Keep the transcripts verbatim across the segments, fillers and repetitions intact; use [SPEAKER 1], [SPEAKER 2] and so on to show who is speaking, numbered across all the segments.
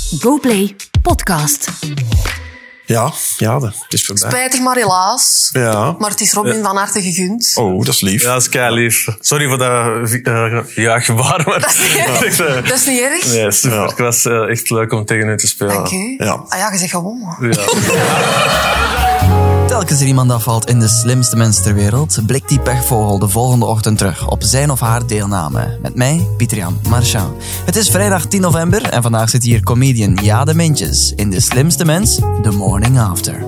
[SPEAKER 1] GoPlay Podcast.
[SPEAKER 2] Ja, ja, dat is voorbij.
[SPEAKER 3] Spijtig, maar helaas.
[SPEAKER 2] Ja.
[SPEAKER 3] Maar het is Robin
[SPEAKER 2] Ja.
[SPEAKER 3] van harte gegund.
[SPEAKER 2] Oh, dat is lief.
[SPEAKER 4] Ja, dat is kei lief. Sorry voor dat uh, juichgebaar. Maar
[SPEAKER 3] Dat is niet erg. Dat is niet erg.
[SPEAKER 4] nee, super.
[SPEAKER 2] Ja.
[SPEAKER 4] Het was uh, echt leuk om tegen u te spelen.
[SPEAKER 3] Oké.
[SPEAKER 2] Ja.
[SPEAKER 3] Ah ja, je zegt gewoon. Man.
[SPEAKER 4] Ja.
[SPEAKER 5] Telkens er iemand afvalt in de slimste mens ter wereld, blikt die pechvogel de volgende ochtend terug op zijn of haar deelname. Met mij, Pieter-Jan Marchand. Het is vrijdag tien november en vandaag zit hier comedian Jade Mintjes in De Slimste Mens, The Morning After.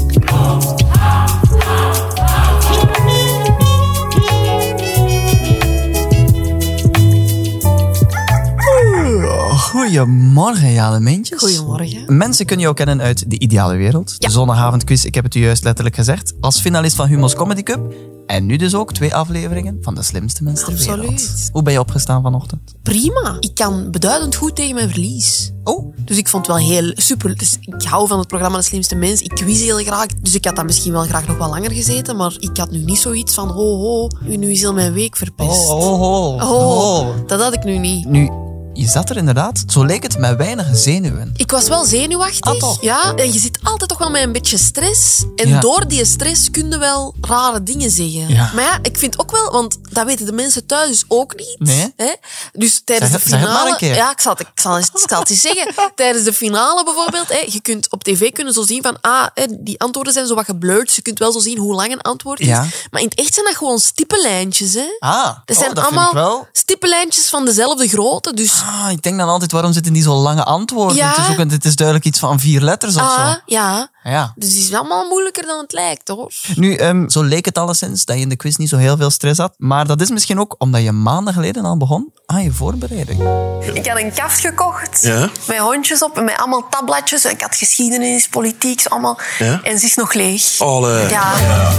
[SPEAKER 5] Goedemorgen, Jade Mintjes.
[SPEAKER 3] Goedemorgen.
[SPEAKER 5] Mensen kunnen jou kennen uit De Ideale Wereld,
[SPEAKER 3] Ja.
[SPEAKER 5] de zondagavondquiz, ik heb het u juist letterlijk gezegd, als finalist van Humo's Comedy Cup en nu dus ook twee afleveringen van De Slimste Mens ter
[SPEAKER 3] Absoluut.
[SPEAKER 5] Wereld. Hoe ben je opgestaan vanochtend?
[SPEAKER 3] Prima. Ik kan beduidend goed tegen mijn verlies.
[SPEAKER 5] Oh,
[SPEAKER 3] Dus ik vond het wel heel super. Dus ik hou van het programma De Slimste Mens. Ik quiz heel graag. Dus ik had dan misschien wel graag nog wat langer gezeten. Maar ik had nu niet zoiets van, ho, ho, nu is heel mijn week verpest.
[SPEAKER 5] oh, oh,
[SPEAKER 3] Oh, dat had ik nu niet.
[SPEAKER 5] Nu, je zat er inderdaad, zo leek het, met weinig zenuwen.
[SPEAKER 3] Ik was wel zenuwachtig.
[SPEAKER 5] Ah, toch?
[SPEAKER 3] Ja, en je zit altijd toch wel met een beetje stress. En
[SPEAKER 5] Ja.
[SPEAKER 3] door die stress kun je wel rare dingen zeggen.
[SPEAKER 5] Ja.
[SPEAKER 3] Maar ja, ik vind ook wel, want dat weten de mensen thuis dus ook niet.
[SPEAKER 5] Nee.
[SPEAKER 3] Hè? Dus tijdens
[SPEAKER 5] Zeg
[SPEAKER 3] de
[SPEAKER 5] het- zeg het
[SPEAKER 3] finale...
[SPEAKER 5] maar een keer.
[SPEAKER 3] Ja, ik zal het, ik zal, het- ik zal het eens zeggen. Tijdens de finale bijvoorbeeld, hè, je kunt op tv kunnen zo zien van, ah, hè, die antwoorden zijn zo wat geblurred. Dus je kunt wel zo zien hoe lang een antwoord is.
[SPEAKER 5] Ja.
[SPEAKER 3] Maar in het echt zijn dat gewoon stippenlijntjes. Hè?
[SPEAKER 5] Ah,
[SPEAKER 3] Dat
[SPEAKER 5] oh,
[SPEAKER 3] zijn
[SPEAKER 5] dat vind
[SPEAKER 3] allemaal
[SPEAKER 5] ik wel.
[SPEAKER 3] stippenlijntjes van dezelfde grootte. Dus
[SPEAKER 5] Ah, ik denk dan altijd, waarom zitten die zo lange antwoorden
[SPEAKER 3] Ja.
[SPEAKER 5] te zoeken? Dit is duidelijk iets van vier letters of
[SPEAKER 3] ah,
[SPEAKER 5] zo.
[SPEAKER 3] ja.
[SPEAKER 5] Ja.
[SPEAKER 3] Dus het is allemaal moeilijker dan het lijkt, hoor.
[SPEAKER 5] Nu, ehm, zo leek het alleszins dat je in de quiz niet zo heel veel stress had. Maar dat is misschien ook omdat je maanden geleden al begon aan je voorbereiding.
[SPEAKER 3] Ik had een kaft gekocht,
[SPEAKER 2] Ja.
[SPEAKER 3] met hondjes op en met allemaal tabbladjes. Ik had geschiedenis, politiek, zo allemaal.
[SPEAKER 2] Ja.
[SPEAKER 3] En ze is nog leeg.
[SPEAKER 2] Alle.
[SPEAKER 3] Ja,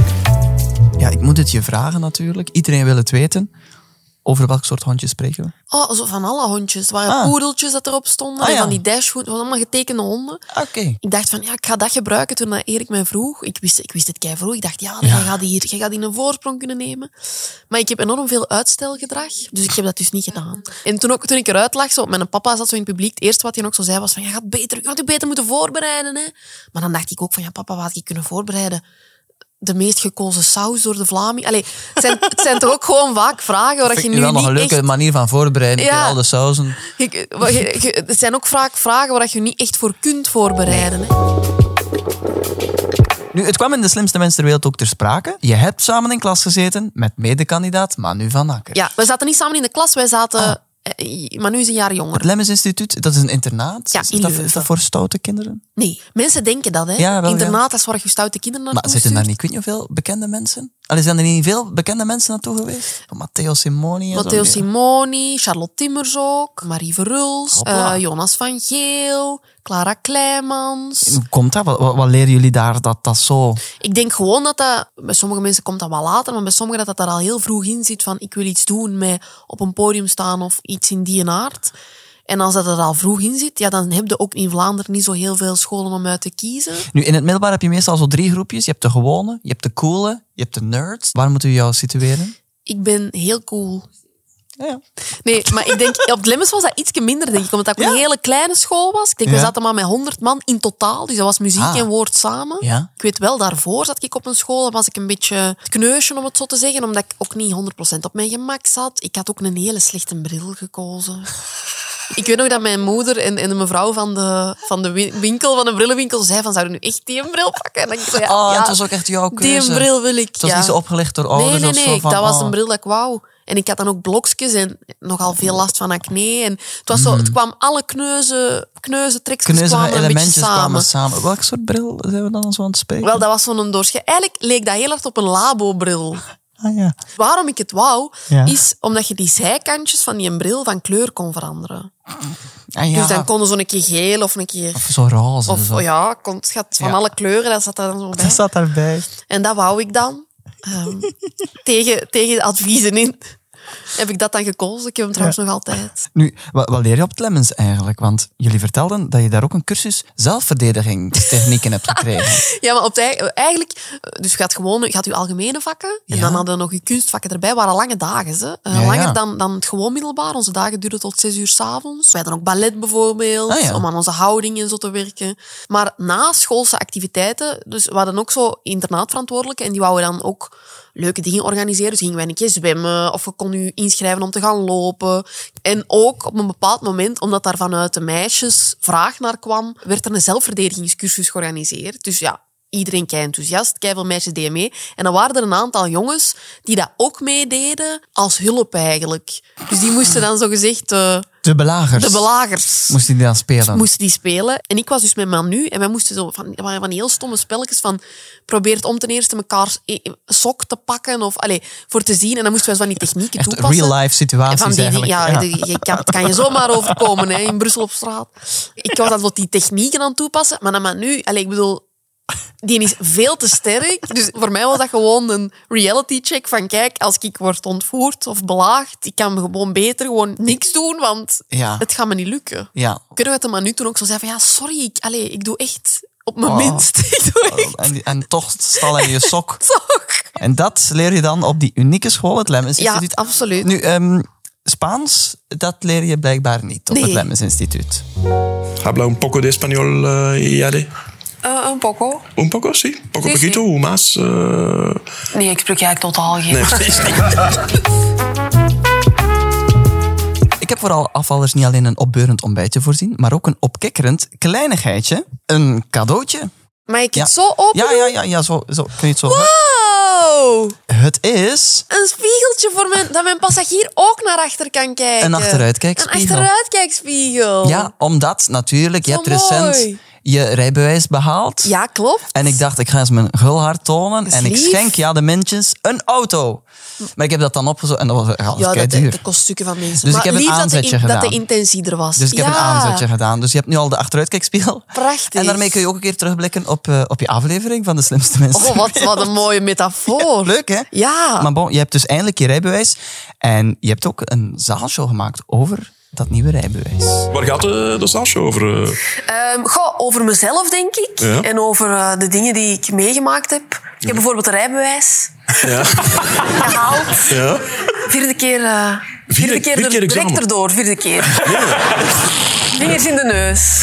[SPEAKER 5] Ja, ik moet het je vragen natuurlijk. Iedereen wil het weten. Over welk soort hondjes spreken we?
[SPEAKER 3] oh, zo van alle hondjes. Er waren
[SPEAKER 5] Ah.
[SPEAKER 3] poedeltjes dat erop stonden.
[SPEAKER 5] Ah,
[SPEAKER 3] en
[SPEAKER 5] ja.
[SPEAKER 3] van die dashhoed, dat waren allemaal getekende honden.
[SPEAKER 5] Oké.
[SPEAKER 3] Ik dacht van, ja, ik ga dat gebruiken toen dat Erik mij vroeg. Ik wist, ik wist het kei vroeg. Ik dacht, ja,
[SPEAKER 5] Ja.
[SPEAKER 3] jij gaat hier, jij gaat hier een voorsprong kunnen nemen. Maar ik heb enorm veel uitstelgedrag. Dus ik heb dat dus niet gedaan. En toen, ook, toen ik eruit lag, zo, mijn papa zat zo in het publiek. Het eerste wat hij ook zo zei was van, je gaat, beter, je gaat je beter moeten voorbereiden. Hè. Maar dan dacht ik ook van, ja, papa, wat had ik kunnen voorbereiden? De meest gekozen saus door de Vlaming. Allee, het zijn, het zijn toch ook gewoon vaak vragen waar je
[SPEAKER 5] Vind
[SPEAKER 3] nu
[SPEAKER 5] je wel nog
[SPEAKER 3] niet
[SPEAKER 5] een leuke
[SPEAKER 3] echt...
[SPEAKER 5] manier van voorbereiden.
[SPEAKER 3] Ja.
[SPEAKER 5] Al de sauzen.
[SPEAKER 3] Je- je- je- Het zijn ook vaak vragen waar je niet echt voor kunt voorbereiden. Hè.
[SPEAKER 5] Nu, het kwam in De Slimste Mens ter Wereld ook ter sprake. Je hebt samen in klas gezeten met medekandidaat Manu van Akker.
[SPEAKER 3] Ja, we zaten niet samen in de klas. Wij zaten...
[SPEAKER 5] Ah.
[SPEAKER 3] eh, Maar nu is een jaar jonger.
[SPEAKER 5] Het Lemmens Instituut, dat is een internaat.
[SPEAKER 3] Ja,
[SPEAKER 5] is,
[SPEAKER 3] in
[SPEAKER 5] dat,
[SPEAKER 3] Leuven.
[SPEAKER 5] is dat voor stoute kinderen?
[SPEAKER 3] Nee, mensen denken dat, hè.
[SPEAKER 5] Ja, wel,
[SPEAKER 3] Internaat is waar je stoute kinderen
[SPEAKER 5] Maar
[SPEAKER 3] naartoe
[SPEAKER 5] zitten daar
[SPEAKER 3] stuurt.
[SPEAKER 5] niet, ik weet niet hoeveel bekende mensen? Allee, zijn er niet veel bekende mensen naartoe geweest? Matteo Simoni en
[SPEAKER 3] Matteo
[SPEAKER 5] zo.
[SPEAKER 3] Simoni, Charlotte Timmers ook, Marie Verhulst,
[SPEAKER 5] Hopla.
[SPEAKER 3] eh, Jonas van Geel, Clara Kleimans.
[SPEAKER 5] Hoe komt dat? Wat, wat, wat leren jullie daar dat dat zo...
[SPEAKER 3] Ik denk gewoon dat dat... Bij sommige mensen komt dat wel later, maar bij sommigen dat dat daar al heel vroeg in zit van ik wil iets doen met op een podium staan of iets in die aard. En als dat er al vroeg in zit, ja, dan heb je ook in Vlaanderen niet zo heel veel scholen om uit te kiezen.
[SPEAKER 5] Nu, in het middelbaar heb je meestal zo drie groepjes. Je hebt de gewone, je hebt de coole, je hebt de nerds. Waar moeten we jou situeren?
[SPEAKER 3] Ik ben heel cool.
[SPEAKER 5] Ja, ja.
[SPEAKER 3] Nee, maar ik denk, op het Lemmens was dat ietsje minder, denk ik. Omdat dat ook
[SPEAKER 5] Ja.
[SPEAKER 3] een hele kleine school was. Ik denk,
[SPEAKER 5] Ja.
[SPEAKER 3] we zaten maar met honderd man in totaal. Dus dat was muziek
[SPEAKER 5] Ah.
[SPEAKER 3] en woord samen.
[SPEAKER 5] Ja.
[SPEAKER 3] Ik weet wel, daarvoor zat ik op een school. Dan was ik een beetje het kneusje, om het zo te zeggen. Omdat ik ook niet honderd procent op mijn gemak zat. Ik had ook een hele slechte bril gekozen. Ik weet nog dat mijn moeder en, en de mevrouw van de, van de win- winkel, van de brillenwinkel, zei van, zou je nu echt die een bril pakken? En dan dacht ik zo, ja,
[SPEAKER 5] Oh,
[SPEAKER 3] ja,
[SPEAKER 5] het was ook echt jouw keuze.
[SPEAKER 3] die een bril wil ik.
[SPEAKER 5] Het was
[SPEAKER 3] ja.
[SPEAKER 5] niet zo opgelegd door
[SPEAKER 3] Nee,
[SPEAKER 5] ouders
[SPEAKER 3] nee,
[SPEAKER 5] of
[SPEAKER 3] nee.
[SPEAKER 5] zo. Van,
[SPEAKER 3] dat was
[SPEAKER 5] oh.
[SPEAKER 3] een bril dat ik wou. En ik had dan ook blokjes en nogal veel last van acne. En het, was zo, het kwam alle kneuzen, kneuzen trekjes
[SPEAKER 5] Kneuzen
[SPEAKER 3] kwamen een beetje
[SPEAKER 5] elementjes
[SPEAKER 3] samen.
[SPEAKER 5] kwamen samen. Welk soort bril zijn we dan zo aan het spreken?
[SPEAKER 3] Wel, dat was zo'n doorschijn. Eigenlijk leek dat heel hard op een labo-bril.
[SPEAKER 5] Ah, ja.
[SPEAKER 3] Waarom ik het wou,
[SPEAKER 5] Ja.
[SPEAKER 3] is omdat je die zijkantjes van die bril van kleur kon veranderen.
[SPEAKER 5] Ah, ja.
[SPEAKER 3] Dus dan konden ze een keer geel of een keer...
[SPEAKER 5] Of zo roze.
[SPEAKER 3] Of
[SPEAKER 5] zo.
[SPEAKER 3] oh ja, kon, het gaat van
[SPEAKER 5] Ja.
[SPEAKER 3] alle kleuren, dat zat daar dan zo bij.
[SPEAKER 5] Dat staat daarbij.
[SPEAKER 3] En dat wou ik dan. Ehm, tegen, tegen de adviezen in. heb ik dat dan gekozen. Ik heb hem trouwens
[SPEAKER 5] Ja.
[SPEAKER 3] nog altijd.
[SPEAKER 5] Nu, wat, wat leer je op het Lemmens eigenlijk? Want jullie vertelden dat je daar ook een cursus zelfverdedigingstechnieken hebt gekregen.
[SPEAKER 3] Ja, maar op de, eigenlijk... Dus je gaat gewoon... Je gaat je algemene vakken. En
[SPEAKER 5] Ja.
[SPEAKER 3] dan hadden we nog je kunstvakken erbij. waren lange dagen. Hè. Uh,
[SPEAKER 5] Ja,
[SPEAKER 3] langer
[SPEAKER 5] ja.
[SPEAKER 3] Dan, dan het gewoon middelbaar. Onze dagen duurden tot zes uur 's avonds. We hadden ook ballet bijvoorbeeld.
[SPEAKER 5] Ah, ja.
[SPEAKER 3] Om aan onze houding en zo te werken. Maar na schoolse activiteiten... Dus we hadden ook zo internaatverantwoordelijken. En die wouden dan ook leuke dingen organiseren. Dus gingen wij een keer zwemmen. Of we konden u inschrijven om te gaan lopen. En ook op een bepaald moment, omdat daar vanuit de meisjes vraag naar kwam, werd er een zelfverdedigingscursus georganiseerd. Dus ja, iedereen kei enthousiast, kei veel meisjes deden mee. En dan waren er een aantal jongens die dat ook meededen als hulp eigenlijk. Dus die moesten dan zogezegd uh,
[SPEAKER 5] De belagers.
[SPEAKER 3] de belagers
[SPEAKER 5] Moesten die dan spelen?
[SPEAKER 3] moesten die spelen. En ik was dus met Manu en wij moesten zo van, dat waren van die heel stomme spelletjes van probeer het om ten eerste mekaar sok te pakken of allez, voor te zien. En dan moesten wij zo van die technieken
[SPEAKER 5] Echt
[SPEAKER 3] toepassen.
[SPEAKER 5] real-life situaties
[SPEAKER 3] Van die,
[SPEAKER 5] eigenlijk.
[SPEAKER 3] ja,
[SPEAKER 5] Ja.
[SPEAKER 3] de- je kan, het kan je zomaar overkomen hè, in Brussel op straat. Ik was dan wat die technieken aan het toepassen, maar dan Manu, allez, ik bedoel, die is veel te sterk. Dus voor mij was dat gewoon een reality check van kijk, als ik word ontvoerd of belaagd, ik kan gewoon beter gewoon niks doen, want
[SPEAKER 5] Ja.
[SPEAKER 3] het gaat me niet lukken.
[SPEAKER 5] Ja.
[SPEAKER 3] Kunnen we het maar nu toen ook zo zeggen van ja, sorry, ik, allez, ik doe echt op mijn
[SPEAKER 5] Oh.
[SPEAKER 3] minst. Ik doe echt
[SPEAKER 5] En, en toch stal je je sok.
[SPEAKER 3] toch.
[SPEAKER 5] En dat leer je dan op die unieke school, het Lemmens
[SPEAKER 3] Ja,
[SPEAKER 5] Instituut.
[SPEAKER 3] absoluut.
[SPEAKER 5] Nu, ehm, Spaans, dat leer je blijkbaar niet op
[SPEAKER 3] Nee.
[SPEAKER 5] het Lemmens Instituut.
[SPEAKER 2] Habla un poco de español, uh, Yade?
[SPEAKER 6] Uh, un poco.
[SPEAKER 2] Un poco, sí. Poco
[SPEAKER 6] Sí,
[SPEAKER 2] poquito,
[SPEAKER 6] sí.
[SPEAKER 2] o más. Uh...
[SPEAKER 6] Nee, ik spreek eigenlijk totaal geen.
[SPEAKER 2] Nee, precies niet.
[SPEAKER 5] Ik heb vooral afvallers niet alleen een opbeurend ontbijtje voorzien, maar ook een opkikkerend kleinigheidje. Een cadeautje.
[SPEAKER 3] Maar ik
[SPEAKER 5] Ja.
[SPEAKER 3] het zo open
[SPEAKER 5] Ja, ja, ja, ja zo, zo. Kun je het zo...
[SPEAKER 3] Wow!
[SPEAKER 5] Het is...
[SPEAKER 3] Een spiegeltje voor mijn, dat mijn passagier ook naar achter kan kijken.
[SPEAKER 5] Een achteruitkijkspiegel.
[SPEAKER 3] Een achteruitkijkspiegel.
[SPEAKER 5] Ja, omdat natuurlijk, je
[SPEAKER 3] Zo
[SPEAKER 5] hebt recent
[SPEAKER 3] mooi.
[SPEAKER 5] je rijbewijs behaald.
[SPEAKER 3] Ja, klopt.
[SPEAKER 5] En ik dacht, ik ga eens mijn gulhart tonen.
[SPEAKER 3] is
[SPEAKER 5] En ik
[SPEAKER 3] lief.
[SPEAKER 5] schenk ja de mensjes een auto. Maar ik heb dat dan opgezocht en dat was alles
[SPEAKER 3] Ja, dat,
[SPEAKER 5] duur.
[SPEAKER 3] dat kost stukken van mensen.
[SPEAKER 5] Dus
[SPEAKER 3] maar
[SPEAKER 5] ik heb een
[SPEAKER 3] lief dat de,
[SPEAKER 5] aanzetje
[SPEAKER 3] in- dat
[SPEAKER 5] gedaan.
[SPEAKER 3] de intentie er was.
[SPEAKER 5] Dus ik heb
[SPEAKER 3] ja.
[SPEAKER 5] een aanzetje gedaan. Dus je hebt nu al de achteruitkijkspiegel.
[SPEAKER 3] Prachtig.
[SPEAKER 5] En daarmee kun je ook een keer terugblikken op, uh, op je aflevering van De Slimste Mensen.
[SPEAKER 3] Oh, wat, wat een mooie metafoor.
[SPEAKER 5] Leuk, hè?
[SPEAKER 3] Ja.
[SPEAKER 5] Maar bon, je hebt dus eindelijk je rijbewijs. En je hebt ook een zaalshow gemaakt over dat nieuwe rijbewijs.
[SPEAKER 2] Waar gaat de, de zaalshow over? uh?
[SPEAKER 6] Um, goh, over mezelf, denk ik.
[SPEAKER 2] Ja.
[SPEAKER 6] En over uh, de dingen die ik meegemaakt heb. Ik heb bijvoorbeeld een rijbewijs
[SPEAKER 2] Ja.
[SPEAKER 6] gehaald.
[SPEAKER 2] Ja.
[SPEAKER 6] Vierde keer, uh, vierde
[SPEAKER 2] Vierde-
[SPEAKER 6] keer
[SPEAKER 2] vierde
[SPEAKER 6] er
[SPEAKER 2] keer examen.
[SPEAKER 6] direct erdoor. Vierde keer. Vingers in de neus.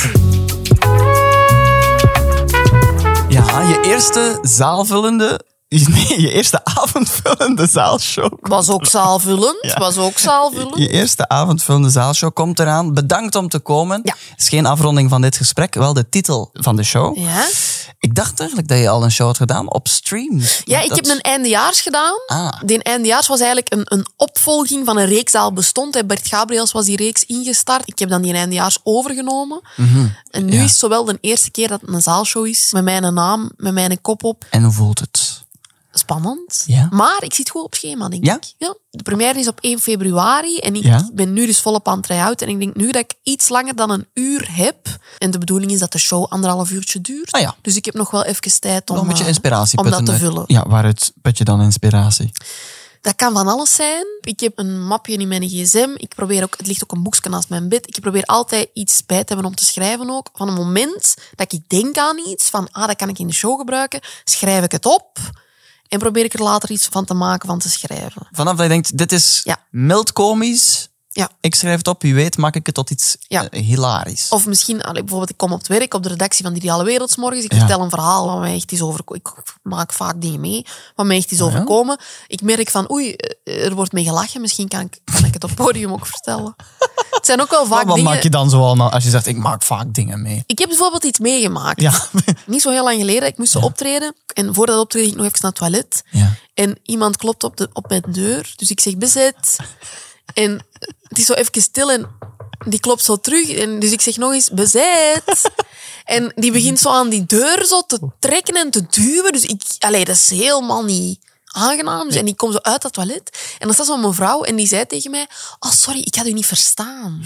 [SPEAKER 5] Ja, je eerste zaalvullende... Nee, je eerste avondvullende zaalshow.
[SPEAKER 3] Was ook zaalvullend.
[SPEAKER 5] Ja.
[SPEAKER 3] Was ook zaalvullend.
[SPEAKER 5] Je eerste avondvullende zaalshow komt eraan. Bedankt om te komen.
[SPEAKER 3] Ja.
[SPEAKER 5] Het is geen afronding van dit gesprek, wel de titel van de show.
[SPEAKER 3] Ja.
[SPEAKER 5] Ik dacht eigenlijk dat je al een show had gedaan op stream.
[SPEAKER 3] Ja,
[SPEAKER 5] Maar
[SPEAKER 3] ik
[SPEAKER 5] dat-
[SPEAKER 3] heb een eindejaars gedaan.
[SPEAKER 5] Ah.
[SPEAKER 3] Die eindejaars was eigenlijk een, een opvolging van een reeks die al bestond. hè. Bert Gabriels was die reeks ingestart. Ik heb dan die eindejaars overgenomen. En nu
[SPEAKER 5] Ja.
[SPEAKER 3] is het zowel de eerste keer dat het een zaalshow is, met mijn naam, met mijn kop op.
[SPEAKER 5] En hoe voelt het?
[SPEAKER 3] Spannend.
[SPEAKER 5] Ja.
[SPEAKER 3] Maar ik zit goed op schema, denk
[SPEAKER 5] Ja?
[SPEAKER 3] ik. Ja. De première is op één februari en ik
[SPEAKER 5] Ja.
[SPEAKER 3] ben nu dus volop aan het try-out. En ik denk nu dat ik iets langer dan een uur heb. En de bedoeling is dat de show anderhalf uurtje duurt.
[SPEAKER 5] Ah ja.
[SPEAKER 3] Dus ik heb nog wel even tijd om,
[SPEAKER 5] Nog een beetje
[SPEAKER 3] eh,
[SPEAKER 5] inspiratie
[SPEAKER 3] om dat
[SPEAKER 5] putten
[SPEAKER 3] te
[SPEAKER 5] uit.
[SPEAKER 3] vullen.
[SPEAKER 5] Ja, waaruit put je dan inspiratie?
[SPEAKER 3] Dat kan van alles zijn. Ik heb een mapje in mijn gsm. Ik probeer ook, het ligt ook een boekje naast mijn bed. Ik probeer altijd iets bij te hebben om te schrijven ook. Van een moment dat ik denk aan iets, van ah, dat kan ik in de show gebruiken, schrijf ik het op en probeer ik er later iets van te maken, van te schrijven.
[SPEAKER 5] Vanaf dat je denkt, dit is
[SPEAKER 3] Ja.
[SPEAKER 5] mild komisch,
[SPEAKER 3] Ja.
[SPEAKER 5] ik schrijf het op, wie weet maak ik het tot iets
[SPEAKER 3] Ja.
[SPEAKER 5] eh, hilarisch.
[SPEAKER 3] Of misschien, allee, bijvoorbeeld, ik kom op het werk, op de redactie van de Ideale Wereld 's morgens. Ik
[SPEAKER 5] Ja.
[SPEAKER 3] vertel een verhaal wat mij echt is overkomen. Ik maak vaak dingen mee, wat mij echt is
[SPEAKER 5] Ah, ja?
[SPEAKER 3] overkomen. Ik merk van, oei, er wordt mee gelachen. Misschien kan ik, kan ik het op het podium ook vertellen. Het zijn ook wel vaak
[SPEAKER 5] wat wat
[SPEAKER 3] dingen...
[SPEAKER 5] maak je dan zo allemaal als je zegt, ik maak vaak dingen mee?
[SPEAKER 3] Ik heb bijvoorbeeld iets meegemaakt.
[SPEAKER 5] Ja.
[SPEAKER 3] Niet zo heel lang geleden. Ik moest zo optreden. En voor dat optreden ging ik nog even naar het toilet.
[SPEAKER 5] Ja.
[SPEAKER 3] En iemand klopt op, de, op mijn deur. Dus ik zeg bezet. En het is zo even stil en die klopt zo terug. En dus ik zeg nog eens bezet. En die begint zo aan die deur zo te trekken en te duwen. Dus ik, allee, dat is helemaal niet aangenaam. Dus, en ik kom zo uit dat toilet. En dan staat zo'n mevrouw en die zei tegen mij, oh sorry, ik had u niet verstaan.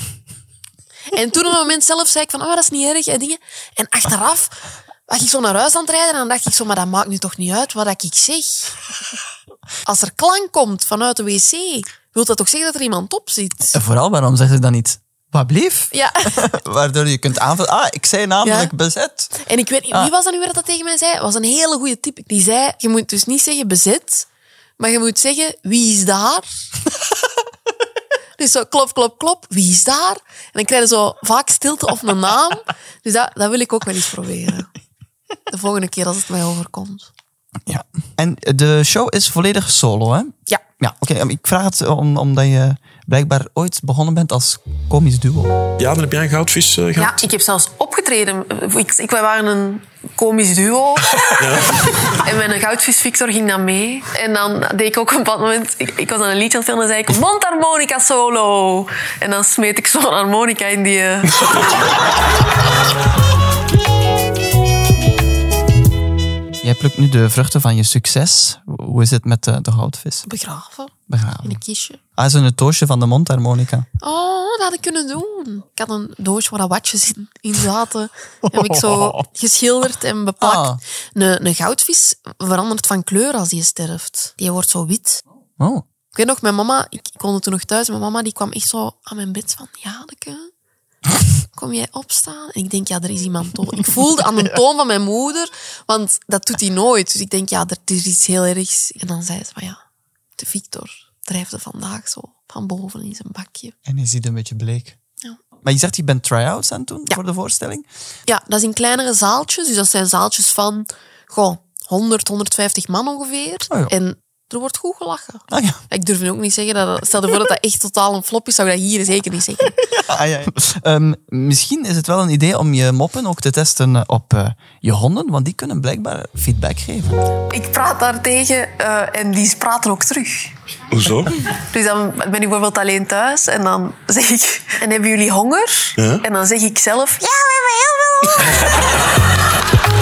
[SPEAKER 3] En toen op het moment zelf zei ik van, oh, dat is niet erg. En, dingen. en achteraf was ik zo naar huis aan het rijden en dan dacht ik zo, maar dat maakt nu toch niet uit wat ik zeg. Als er klank komt vanuit de wc, wil dat toch zeggen dat er iemand op zit?
[SPEAKER 5] En vooral, waarom zeg je dan niet... Wat blief?
[SPEAKER 3] Ja.
[SPEAKER 5] Waardoor je kunt aanvullen... Ah, ik zei namelijk
[SPEAKER 3] Ja.
[SPEAKER 5] bezet.
[SPEAKER 3] En ik weet niet, wie was dat nu weer dat dat tegen mij zei? Dat was een hele goede tip. Die zei, je moet dus niet zeggen bezet, maar je moet zeggen, wie is daar? Dus zo klop, klop, klop, wie is daar? En dan krijg je zo vaak stilte of een naam. Dus dat, dat wil ik ook wel eens proberen. De volgende keer als het mij overkomt.
[SPEAKER 5] Ja. En de show is volledig solo, hè?
[SPEAKER 3] Ja.
[SPEAKER 5] Ja, oké. Ik vraag het om, omdat je blijkbaar ooit begonnen bent als komisch duo.
[SPEAKER 2] Ja, dan heb jij een goudvis uh,
[SPEAKER 6] Ja,
[SPEAKER 2] gehad.
[SPEAKER 6] ik heb zelfs opgetreden. Ik, ik, wij waren een komisch duo. En mijn goudvis Victor ging dan mee. En dan deed ik ook op een bepaald moment... Ik, ik was aan een liedje aan het filmen en zei ik... Mondharmonica solo! En dan smeet ik zo'n harmonica in die... Uh...
[SPEAKER 5] Jij plukt nu de vruchten van je succes. Hoe is het met de, de goudvis?
[SPEAKER 3] Begraven. In
[SPEAKER 5] Begraven.
[SPEAKER 3] een kistje.
[SPEAKER 5] Ah, zo'n doosje van de mondharmonica.
[SPEAKER 3] Oh, dat had ik kunnen doen. Ik had een doosje waar watjes in, in zaten. Die heb ik zo geschilderd en beplakt.
[SPEAKER 5] Ah.
[SPEAKER 3] Een, een goudvis verandert van kleur als die sterft. Die wordt zo wit.
[SPEAKER 5] Oh.
[SPEAKER 3] Ik weet nog, mijn mama, ik, ik woonde toen nog thuis, mijn mama die kwam echt zo aan mijn bed van, Jadeke, kom jij opstaan? En ik denk, ja, er is iemand dood. Ik voelde aan de toon van mijn moeder, want dat doet hij nooit. Dus ik denk, ja, er is iets heel ergs. En dan zei ze van, ja, de Victor drijfde vandaag zo van boven in zijn bakje.
[SPEAKER 5] En je ziet een beetje bleek.
[SPEAKER 3] Ja.
[SPEAKER 5] Maar je zegt, je bent try-outs aan het doen
[SPEAKER 3] Ja.
[SPEAKER 5] voor de voorstelling?
[SPEAKER 3] Ja, dat is in kleinere zaaltjes. Dus dat zijn zaaltjes van goh, honderd, honderdvijftig man ongeveer.
[SPEAKER 5] Oh ja.
[SPEAKER 3] En er wordt goed gelachen.
[SPEAKER 5] Ah ja.
[SPEAKER 3] Ik durf nu ook niet zeggen, dat, stel je voor dat dat echt totaal een flop is, zou ik dat hier zeker niet zeggen.
[SPEAKER 5] Ah, ja, ja. Um, misschien is het wel een idee om je moppen ook te testen op uh, je honden, want die kunnen blijkbaar feedback geven.
[SPEAKER 6] Ik praat daar tegen uh, en die praten ook terug.
[SPEAKER 2] Hoezo?
[SPEAKER 6] Dus dan ben ik bijvoorbeeld alleen thuis en dan zeg ik... En hebben jullie honger?
[SPEAKER 2] Ja.
[SPEAKER 6] En dan zeg ik zelf... Ja, we hebben heel veel honger.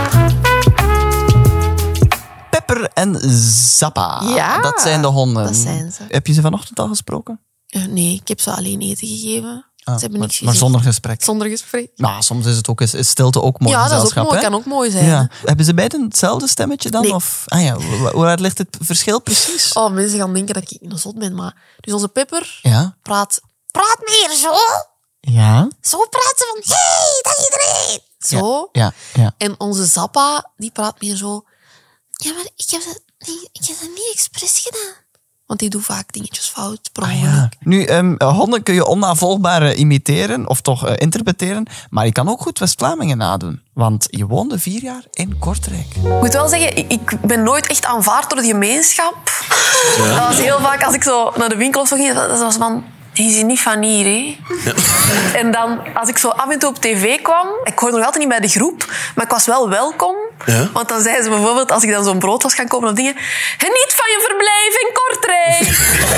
[SPEAKER 5] Pepper en Zappa.
[SPEAKER 3] Ja,
[SPEAKER 5] dat zijn de honden.
[SPEAKER 3] dat zijn ze.
[SPEAKER 5] Heb je ze vanochtend al gesproken?
[SPEAKER 3] Uh, nee, ik heb ze alleen eten gegeven.
[SPEAKER 5] Ah,
[SPEAKER 3] ze hebben
[SPEAKER 5] maar,
[SPEAKER 3] niks
[SPEAKER 5] maar
[SPEAKER 3] gezegd.
[SPEAKER 5] zonder gesprek.
[SPEAKER 3] Zonder gesprek.
[SPEAKER 5] Nou, soms is het ook is, is stilte ook mooi
[SPEAKER 3] Ja, dat is ook
[SPEAKER 5] gezelschap.
[SPEAKER 3] mooi.
[SPEAKER 5] hè?
[SPEAKER 3] Kan ook mooi zijn.
[SPEAKER 5] Ja. Hebben ze beiden hetzelfde stemmetje dan?
[SPEAKER 3] Nee.
[SPEAKER 5] Of, ah ja, wa- waar ligt het verschil precies?
[SPEAKER 3] Oh, mensen gaan denken dat ik een zot ben, maar... Dus onze Pepper
[SPEAKER 5] Ja.
[SPEAKER 3] praat... Praat meer zo!
[SPEAKER 5] Ja.
[SPEAKER 3] Zo praat ze van... Hey, dag iedereen! Zo.
[SPEAKER 5] Ja. Ja.
[SPEAKER 3] En onze Zappa, die praat meer zo... Ja, maar ik heb dat niet, ik heb dat niet expres gedaan. Want die doet vaak dingetjes fout, per
[SPEAKER 5] Ah,
[SPEAKER 3] ongeluk.
[SPEAKER 5] ja. Nu, um, honden kun je onnavolgbaar uh, imiteren of toch uh, interpreteren, maar je kan ook goed West-Vlamingen nadoen. Want je woonde vier jaar in Kortrijk.
[SPEAKER 6] Ik moet wel zeggen, ik- ik ben nooit echt aanvaard door de gemeenschap. Dat was heel vaak als ik zo naar de winkel of zo ging, dat was van... Die is niet van hier, hè? En dan, als ik zo af en toe op tv kwam... Ik hoorde nog altijd niet bij de groep, maar ik was wel welkom.
[SPEAKER 2] Ja.
[SPEAKER 6] Want dan zeiden ze bijvoorbeeld, als ik dan zo'n brood was gaan kopen of dingen... Geniet van je verblijf in Kortrijk!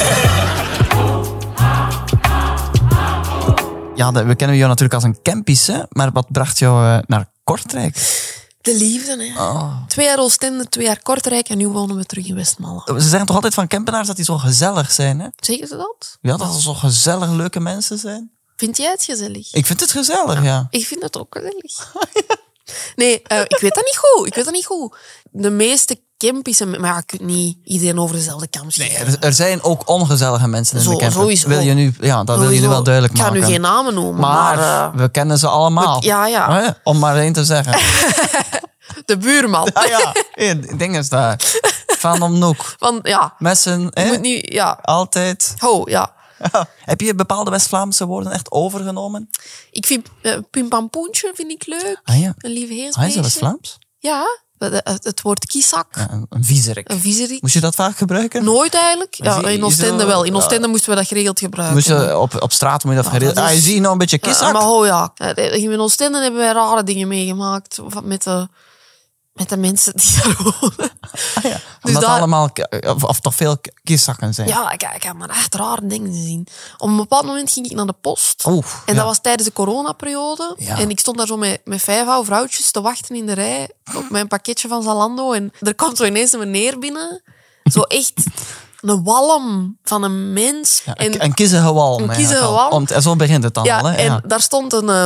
[SPEAKER 5] Ja, de- we kennen jou natuurlijk als een campische, maar wat bracht jou uh, naar Kortrijk?
[SPEAKER 3] De liefde, hè.
[SPEAKER 5] Oh.
[SPEAKER 3] Twee jaar Oostende, twee jaar Kortrijk en nu wonen we terug in Westmalle.
[SPEAKER 5] Ze zeggen toch altijd van campenaars dat die zo gezellig zijn, hè?
[SPEAKER 3] Zeggen ze dat?
[SPEAKER 5] Ja, dat ze zo gezellig leuke mensen zijn.
[SPEAKER 3] Vind jij het gezellig?
[SPEAKER 5] Ik vind het gezellig, ja.
[SPEAKER 3] Ik vind het ook gezellig. Nee, uh, ik weet dat niet goed. Ik weet dat niet goed. De meeste campies... Maar ja, je kunt niet iedereen over dezelfde kam scheren.
[SPEAKER 5] Er, er zijn ook ongezellige mensen in
[SPEAKER 3] Zo-
[SPEAKER 5] de camper.
[SPEAKER 3] sowieso.
[SPEAKER 5] Wil je nu, ja, dat wil je nu wel duidelijk
[SPEAKER 3] Ik ga
[SPEAKER 5] maken.
[SPEAKER 3] nu geen namen noemen,
[SPEAKER 5] Maar,
[SPEAKER 3] maar... uh,
[SPEAKER 5] we kennen ze allemaal.
[SPEAKER 3] we- ja, ja.
[SPEAKER 5] Hè? Om maar één te zeggen.
[SPEAKER 3] de buurman.
[SPEAKER 5] Ah ja, het ding is daar. Van om Noek.
[SPEAKER 3] Van, ja...
[SPEAKER 5] Messen,
[SPEAKER 3] Je
[SPEAKER 5] hè?
[SPEAKER 3] moet niet... Ja.
[SPEAKER 5] Altijd.
[SPEAKER 3] Ho, ja.
[SPEAKER 5] Heb je bepaalde West-Vlaamse woorden echt overgenomen?
[SPEAKER 3] Ik vind uh, pimpampoentje vind ik leuk.
[SPEAKER 5] Ah ja.
[SPEAKER 3] Een lieve
[SPEAKER 5] Ah,
[SPEAKER 3] heersbeestje.
[SPEAKER 5] is dat West-Vlaams?
[SPEAKER 3] Ja. Het, het, het woord kiesak.
[SPEAKER 5] Ja, een, een viezerik.
[SPEAKER 3] Een viezerik.
[SPEAKER 5] Moest je dat vaak gebruiken?
[SPEAKER 3] Nooit eigenlijk. Ja,
[SPEAKER 5] Zie-
[SPEAKER 3] in Oostende
[SPEAKER 5] zo-
[SPEAKER 3] wel. In
[SPEAKER 5] ja.
[SPEAKER 3] Oostende moesten we dat geregeld gebruiken.
[SPEAKER 5] Moest je op, op straat moet je dat
[SPEAKER 3] Ja,
[SPEAKER 5] geregeld...
[SPEAKER 3] dat is-
[SPEAKER 5] Ah, je ziet nou een beetje
[SPEAKER 3] Ja,
[SPEAKER 5] kiszak.
[SPEAKER 3] maar ho, ja. In Oostende hebben wij rare dingen meegemaakt. Of Met de, met de mensen die daar wonen.
[SPEAKER 5] Ah, ja.
[SPEAKER 3] Dus
[SPEAKER 5] Omdat
[SPEAKER 3] daar-
[SPEAKER 5] allemaal... Of, of toch veel kiszakken zijn.
[SPEAKER 3] Ja, ik, ik heb maar echt rare dingen zien. Op een bepaald moment ging ik naar de post.
[SPEAKER 5] Oeh,
[SPEAKER 3] en
[SPEAKER 5] ja.
[SPEAKER 3] dat was tijdens de coronaperiode.
[SPEAKER 5] Ja.
[SPEAKER 3] En ik stond daar zo met, met vijf oude vrouwtjes te wachten in de rij op mijn pakketje van Zalando. En er komt zo ineens een meneer binnen. Zo echt een walm van een mens.
[SPEAKER 5] Ja,
[SPEAKER 3] en,
[SPEAKER 5] een, een kiezige walm.
[SPEAKER 3] Een
[SPEAKER 5] eigenlijk
[SPEAKER 3] kiezige
[SPEAKER 5] al.
[SPEAKER 3] walm.
[SPEAKER 5] Om- En zo begint het dan
[SPEAKER 3] ja,
[SPEAKER 5] al. Hè?
[SPEAKER 3] en
[SPEAKER 5] Ja.
[SPEAKER 3] daar stond een, um,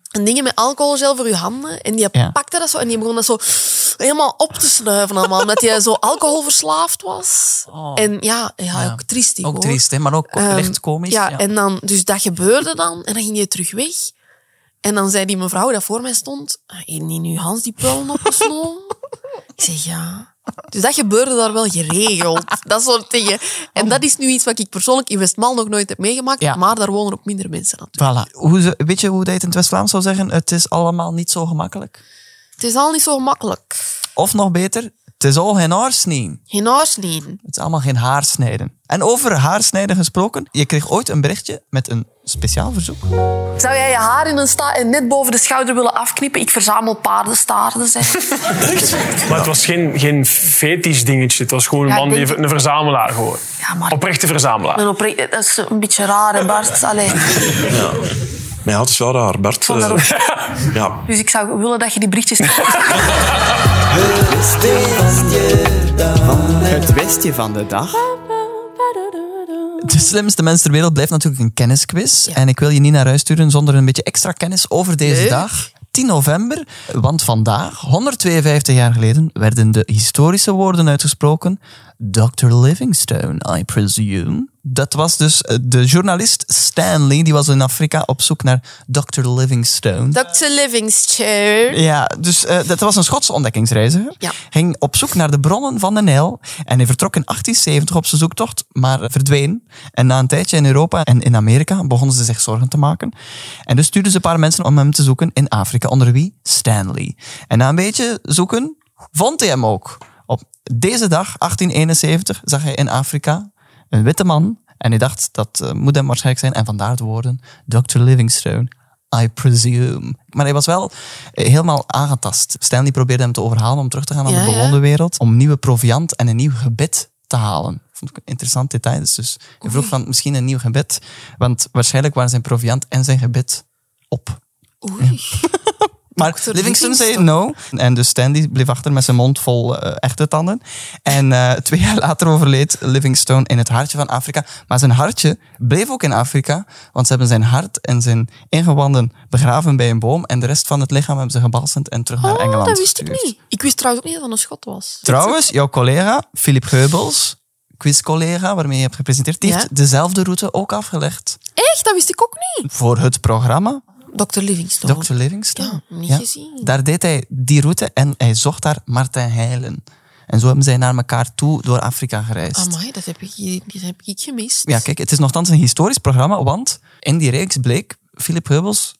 [SPEAKER 3] een dingen met alcoholgel voor je handen. En die
[SPEAKER 5] Ja.
[SPEAKER 3] pakte dat zo en die begon dat zo helemaal op te snuiven allemaal. Omdat hij zo alcoholverslaafd was.
[SPEAKER 5] Oh.
[SPEAKER 3] En ja, ja,
[SPEAKER 5] Ja.
[SPEAKER 3] ook triestig
[SPEAKER 5] Ook
[SPEAKER 3] hoor.
[SPEAKER 5] triest, hè, maar ook
[SPEAKER 3] Ehm,
[SPEAKER 5] licht komisch.
[SPEAKER 3] Ja, en dan, dus dat gebeurde dan. En dan ging je terug weg. En dan zei die mevrouw dat voor mij stond... Heeft die nu Hans die pullen opgesnomen? Ik zeg ja... Dus dat gebeurde daar wel geregeld. Dat soort dingen. En dat is nu iets wat ik persoonlijk in Westmaal nog nooit heb meegemaakt.
[SPEAKER 5] Ja.
[SPEAKER 3] Maar daar wonen ook minder mensen natuurlijk.
[SPEAKER 5] Voilà. Hoe ze, weet je hoe dat je het in het West-Vlaams zou zeggen? Het is allemaal niet zo gemakkelijk.
[SPEAKER 3] Het is al niet zo makkelijk.
[SPEAKER 5] Of nog beter, het is al geen haarsnijden.
[SPEAKER 3] Geen haarsnijden.
[SPEAKER 5] Het is allemaal geen haarsnijden. En over haarsnijden gesproken, je kreeg ooit een berichtje met een speciaal verzoek.
[SPEAKER 6] Zou jij je haar in een sta en net boven de schouder willen afknippen? Ik verzamel paardenstaarten, zeg.
[SPEAKER 7] Maar het was geen, geen fetisch dingetje. Het was gewoon een
[SPEAKER 6] Ja,
[SPEAKER 7] man,
[SPEAKER 6] ik
[SPEAKER 7] die,
[SPEAKER 6] denk-
[SPEAKER 7] een verzamelaar gewoon.
[SPEAKER 6] Ja, maar
[SPEAKER 7] Oprechte verzamelaar.
[SPEAKER 6] en opre- dat is een beetje raar, hè, Bart. Allee.
[SPEAKER 2] Maar ja, het is wel raar, Bart.
[SPEAKER 6] vond dat
[SPEAKER 2] eh,
[SPEAKER 6] ook-
[SPEAKER 2] ja,
[SPEAKER 6] Dus ik zou willen dat je die berichtjes...
[SPEAKER 8] Het westje van de dag.
[SPEAKER 5] De slimste mens ter wereld blijft natuurlijk een kennisquiz. En ik wil je niet naar huis sturen zonder een beetje extra kennis over deze
[SPEAKER 3] Leuk.
[SPEAKER 5] dag. tien november, want vandaag, honderdtweeënvijftig jaar geleden, werden de historische woorden uitgesproken. doctor Livingstone, I presume. Dat was dus eh, de journalist Stanley, die was in Afrika op zoek naar doctor Livingstone.
[SPEAKER 3] dokter Livingstone.
[SPEAKER 5] Ja, dus eh, dat was een Schotse ontdekkingsreiziger.
[SPEAKER 3] Ja.
[SPEAKER 5] Ging op zoek naar de bronnen van de Nijl. En hij vertrok in achttien zeventig op zijn zoektocht, maar verdween. En na een tijdje in Europa en in Amerika begonnen ze zich zorgen te maken. En dus stuurden ze een paar mensen om hem te zoeken in Afrika. Onder wie? Stanley. En na een beetje zoeken, vond hij hem ook. Op deze dag, achttien eenenzeventig, zag hij in Afrika een witte man. En hij dacht, dat uh, moet hem waarschijnlijk zijn. En vandaar de woorden, doctor Livingstone, I presume. Maar hij was wel eh, helemaal aangetast. Stanley probeerde hem te overhalen om terug te gaan naar
[SPEAKER 3] Ja,
[SPEAKER 5] de
[SPEAKER 3] ja.
[SPEAKER 5] bewoonde wereld. Om nieuwe proviant en een nieuw gebed te halen. Vond ik een interessant detail. Dus, dus hij vroeg van misschien een nieuw gebed. Want waarschijnlijk waren zijn proviant en zijn gebed op.
[SPEAKER 3] Oei.
[SPEAKER 5] Maar
[SPEAKER 3] dokter
[SPEAKER 5] Livingstone zei
[SPEAKER 3] Livingstone.
[SPEAKER 5] no. En dus Stanley bleef achter met zijn mond vol uh, echte tanden. En uh, twee jaar later overleed Livingstone in het hartje van Afrika. Maar zijn hartje bleef ook in Afrika. Want ze hebben zijn hart en zijn ingewanden begraven bij een boom. En de rest van het lichaam hebben ze gebalsemd en terug naar
[SPEAKER 3] Oh,
[SPEAKER 5] Engeland
[SPEAKER 3] dat wist ik
[SPEAKER 5] gestuurd.
[SPEAKER 3] niet. Ik wist trouwens ook niet dat dat een schot was.
[SPEAKER 5] Trouwens, jouw collega, Philip Geubels, quizcollega waarmee je hebt gepresenteerd, die
[SPEAKER 3] Ja?
[SPEAKER 5] heeft dezelfde route ook afgelegd.
[SPEAKER 3] Echt? Dat wist ik ook niet.
[SPEAKER 5] Voor het programma
[SPEAKER 3] dokter Livingstone.
[SPEAKER 5] dokter Livingstone.
[SPEAKER 3] Ja, niet gezien.
[SPEAKER 5] Daar deed hij die route en hij zocht daar Martijn Heilen. En zo hebben zij naar elkaar toe door Afrika gereisd.
[SPEAKER 3] Amai, dat heb ik, dat heb ik gemist.
[SPEAKER 5] Ja, kijk, het is nogthans een historisch programma, want in die reeks bleek Philip Geubels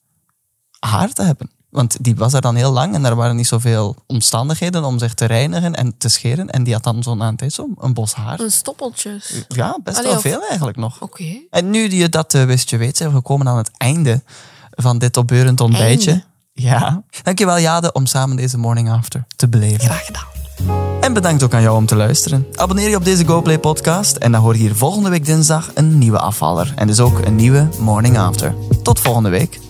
[SPEAKER 5] haar te hebben. Want die was daar dan heel lang en er waren niet zoveel omstandigheden om zich te reinigen en te scheren. En die had dan zo na een tijd zo een bos haar.
[SPEAKER 3] Een stoppeltjes.
[SPEAKER 5] Ja, best
[SPEAKER 3] Allee,
[SPEAKER 5] wel
[SPEAKER 3] of-
[SPEAKER 5] veel eigenlijk nog.
[SPEAKER 3] Oké.
[SPEAKER 5] En nu je dat uh, wist je weet, zijn we gekomen aan het einde van dit opbeurend ontbijtje.
[SPEAKER 3] Einde.
[SPEAKER 5] Ja. Dankjewel Jade om samen deze Morning After te beleven.
[SPEAKER 3] Graag gedaan.
[SPEAKER 5] En bedankt ook aan jou om te luisteren. Abonneer je op deze GoPlay podcast en dan hoor je hier volgende week dinsdag een nieuwe afvaller. En dus ook een nieuwe Morning After. Tot volgende week.